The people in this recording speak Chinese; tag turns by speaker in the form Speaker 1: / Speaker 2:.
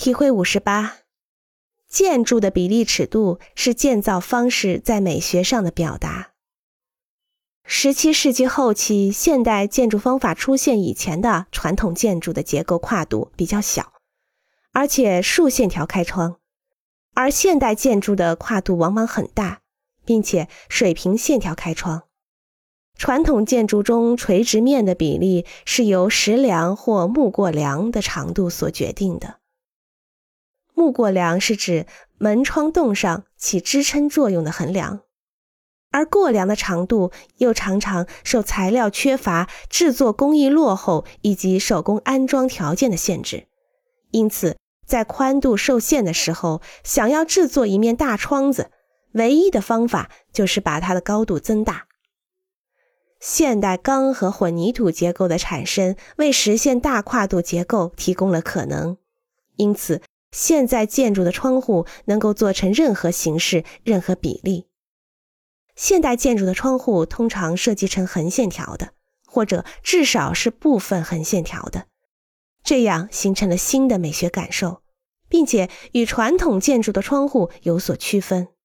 Speaker 1: 体会58，建筑的比例尺度是建造方式在美学上的表达。17世纪后期，现代建筑方法出现以前的传统建筑的结构跨度比较小，而且竖线条开窗，而现代建筑的跨度往往很大，并且水平线条开窗。传统建筑中垂直面的比例是由石梁或木过梁的长度所决定的。木过梁是指门窗洞上起支撑作用的横梁，而过梁的长度又常常受材料缺乏、制作工艺落后以及手工安装条件的限制。因此，在宽度受限的时候，想要制作一面大窗子，唯一的方法就是把它的高度增大。现代钢和混凝土结构的产生为实现大跨度结构提供了可能，因此现在建筑的窗户能够做成任何形式、任何比例。现代建筑的窗户通常设计成横线条的，或者至少是部分横线条的，这样形成了新的美学感受，并且与传统建筑的窗户有所区分。